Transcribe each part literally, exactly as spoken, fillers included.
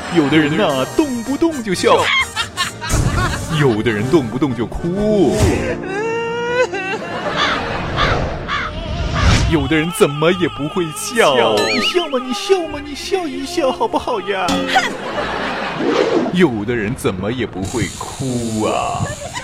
有的人呢、啊、动不动就笑，有的人动不动就哭，有的人怎么也不会笑。你笑吗？你笑吗？你笑一笑好不好呀？有的人怎么也不会哭啊。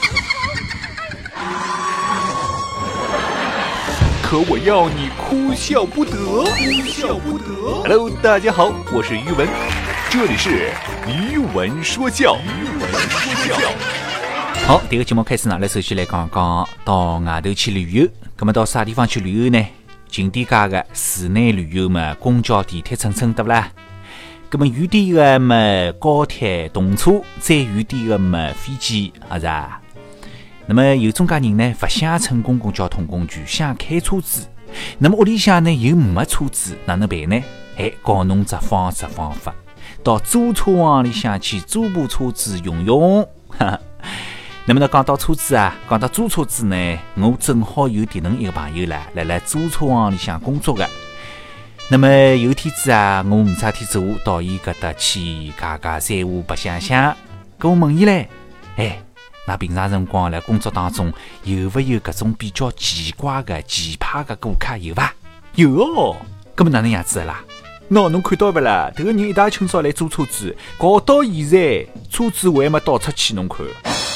可我要你哭笑不得，哭笑不得。Hello， 大家好，我是于文，这里是于文说教。于文说教。好，这个节目开始呢，来首先来讲讲到外头去旅游。那么到啥地方去旅游呢？近点家的室内旅游嘛，公交、地铁蹭蹭对不啦？那么远点的嘛，高铁、动车；再远点的嘛，飞机，啊是啊。那么有种介人呢，不想乘公共交通工具，想开车子。那么屋里向呢又没车子，哪能办呢？哎，教侬只方式方法，到租车行里向去租部车子用用。那么呢，讲到车子啊，讲到租车子呢，我正好有这能一个朋友啦，来来租车行里向工作的。那么有天子啊，我没啥天做，到伊搿搭去加加三胡白相相，跟我问伊嘞，哎。那平常辰光来工作当中有没有搿种比较奇怪的奇葩的顾客有伐？有哦，搿么哪能样子的啦？喏，侬看到不啦？这个人一大清早来租车子，搞到现在车子还没倒出去，侬看。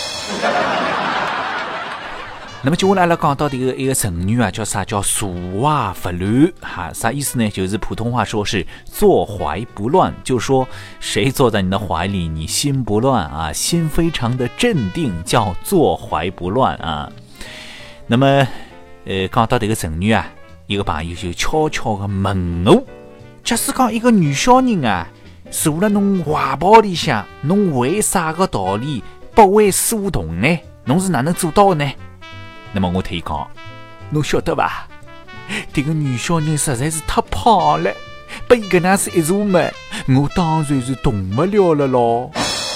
那么接下来了讲到这个一个成语啊，叫啥？叫坐怀不乱哈，啥意思呢？就是普通话说是坐怀不乱，就说谁坐在你的怀里，你心不乱啊，心非常的镇定，叫坐怀不乱啊。那么，呃，讲到这个成语啊，一个朋友就悄悄的问我，假使讲一个女小人啊，坐了侬怀抱里向，侬为啥个道理不会松动呢？侬是哪能做到的呢？那么我推讲，侬晓得吧？这个女小人实在是太胖了，被搿能是一坐嘛，我当然是动不了了咯。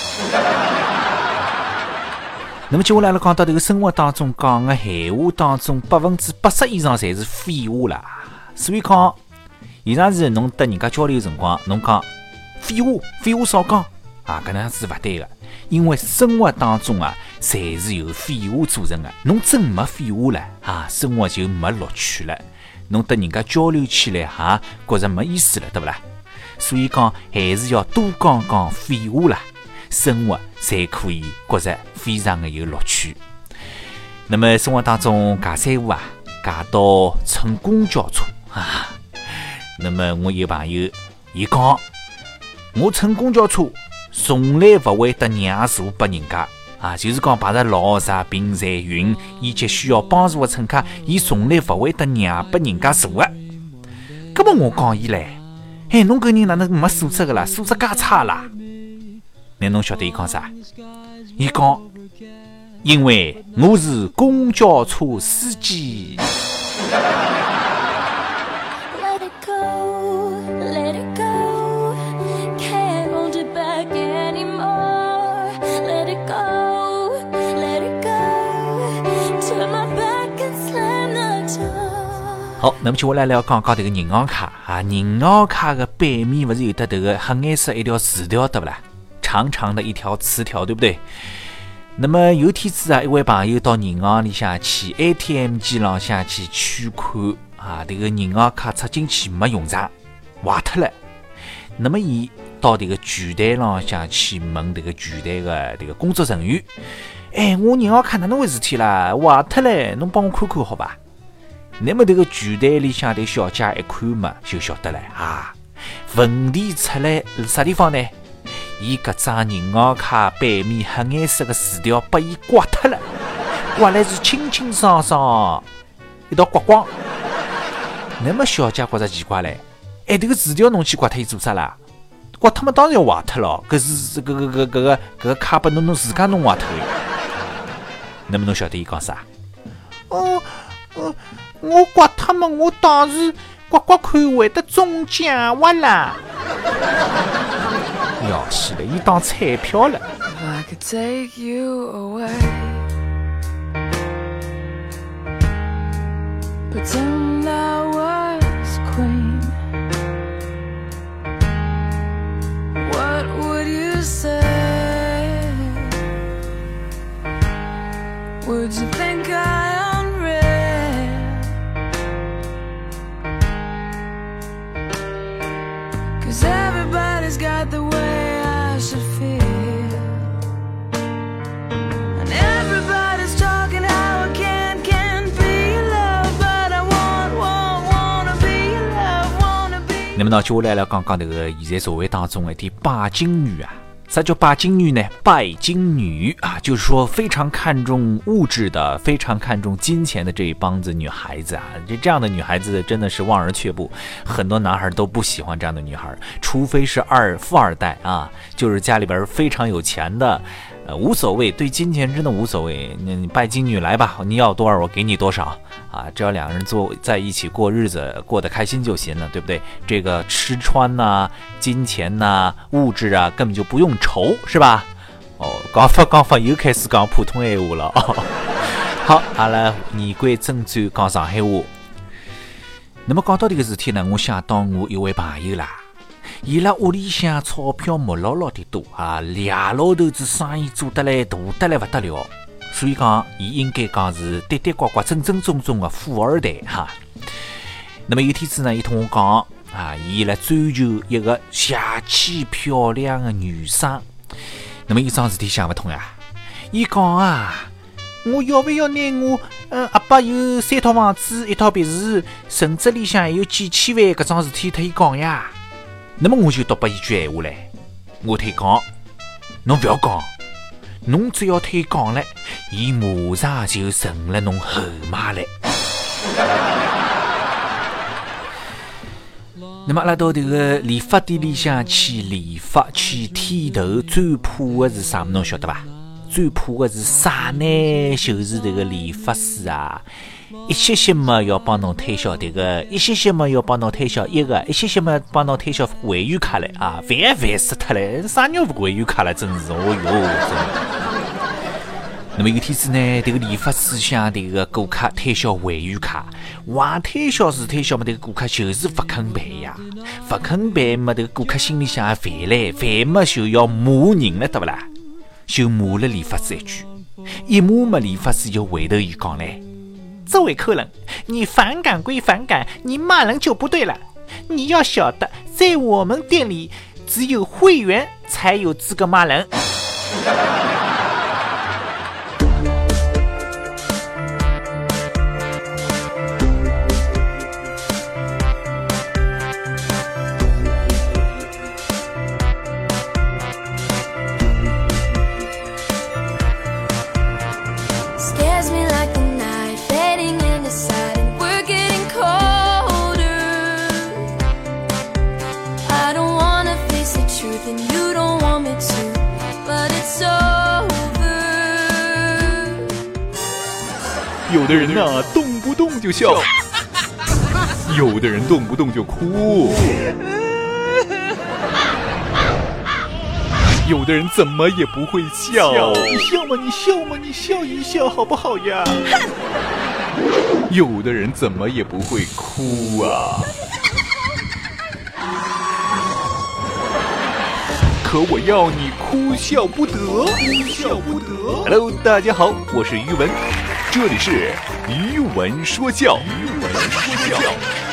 那么接下来了，讲到这个生活当中讲的闲话当中，百分之八十以上侪是废话啦。所以讲，以上是侬跟人家交流的辰光，侬讲废话，废话少讲啊，搿能是勿对的。因为生活当中啊，侪是由废话组成的。侬真没废话了啊，生活就没乐趣了。侬跟人家交流起来哈，觉着没意思了，对不啦？所以讲，还是要多讲讲废话啦，生活才可以觉着非常的有乐趣。那么生活当中尬三胡啊，尬到乘公交车啊。那么我有朋友，伊讲我乘公交车。从来不会得让座拨人家啊，就是讲碰着老啥病残孕以及需要帮助的乘客，伊从来不会得让拨人家坐的。那么我讲伊嘞，嘿，侬搿人哪能没素质个啦？素质介差啦？那侬晓得伊讲啥？伊讲，因为我是公交车司机。好，那么接下来要讲讲这个银行卡啊，银行卡的背面不是有的这个黑颜色一条字条对不啦？长长的一条词条，对不对？那么有天子啊，一位朋友到银行里向去 A T M 机浪向去取款啊，这个银行卡插进去没用上，坏脱了。那么伊到这个柜台浪向去问这个柜台的这个工作人员，哎，我银行卡哪能回事体啦？坏脱了，侬帮我看看好吧？那么这个柜台里向的小姐一看嘛，就晓得了啊，问题出来啥地方呢？伊搿张银行卡背面黑颜色的字条被伊刮脱了，刮来是清清爽爽一道刮光。那么小姐觉着奇怪嘞，哎，这个字条侬去刮脱伊做啥啦？刮脱嘛当然要坏脱了，搿是搿搿搿搿个搿个卡拨侬侬自家弄坏脱的。那么侬晓得伊讲啥？哦，呃我刮脱嘛，我当时刮刮看会得中奖哇啦！要死了，伊当彩票了。I could take you away, pretend I was queen. What would words you think I unread. Cause everybody's got the way I should feel, and everybody's talking how I can't, can't be your love, but I want, want, wanna be your love, wanna be. 那么呢，接下来来讲讲这个现在社会当中的一拜金女啊。啥叫拜金女呢？拜金女啊，就是说非常看重物质的，非常看重金钱的这一帮子女孩子啊。这这样的女孩子真的是望而却步，很多男孩都不喜欢这样的女孩，除非是二富二代啊，就是家里边非常有钱的，呃，无所谓，对金钱真的无所谓。你拜金女来吧，你要多少我给你多少啊，只要两个人坐在一起过日子，过得开心就行了，对不对？这个吃穿呐、啊、金钱呐、啊、物质啊，根本就不用愁，是吧？哦，讲法讲法又开始讲普通闲话了。哦、好，阿拉言归正传，讲上海话。那么讲到这个事体呢，我想到我一位朋友啦，伊拉屋里向钞票没老老的多啊，俩老头子生意做得来大得来不得了，所以讲伊应该讲是跌跌呱呱、正正宗宗的富二代哈。那么有天子呢，伊同我讲啊，伊来追求一个邪气漂亮的女生。那么一桩事体想不通呀，伊讲啊，我要不要拿我呃阿爸有三套房子、一套别墅，甚至里向还有几千万搿桩事体特伊讲呀？那么我就多拨伊句闲话唻，我推讲，侬不要讲，侬只要推讲了，伊马上就成了侬后妈了。那么阿拉到这个理发店里向去理发去剃头，最怕的是啥？侬晓得吧？最怕的是啥呢？就是这个理发师啊，一些些嘛要帮侬推销这个，一些些嘛要帮侬推销一个，一些些嘛帮侬推销会员卡嘞啊，烦也烦死脱了，啥人会员卡了，真是哦哟，真的。那么有天子呢，这个理发师向这个顾客推销会员卡，话推销是推销嘛，这个顾客就是不肯办呀，不肯办嘛，这个顾客心里想也烦嘞，烦嘛就要骂人了，对不啦？就骂了理发师一句，一骂嘛，理发师就回头一讲嘞，这位客人，你反感归反感，你骂人就不对了。你要晓得，在我们店里，只有会员才有资格骂人。有的人呢、啊，动不动就笑；有的人动不动就哭；有的人怎么也不会笑。你笑嘛，你笑嘛，你笑一笑好不好呀？有的人怎么也不会哭啊。可我要你哭笑不得，哭笑不得。Hello， 大家好，我是于文，这里是于文说教，于文说教。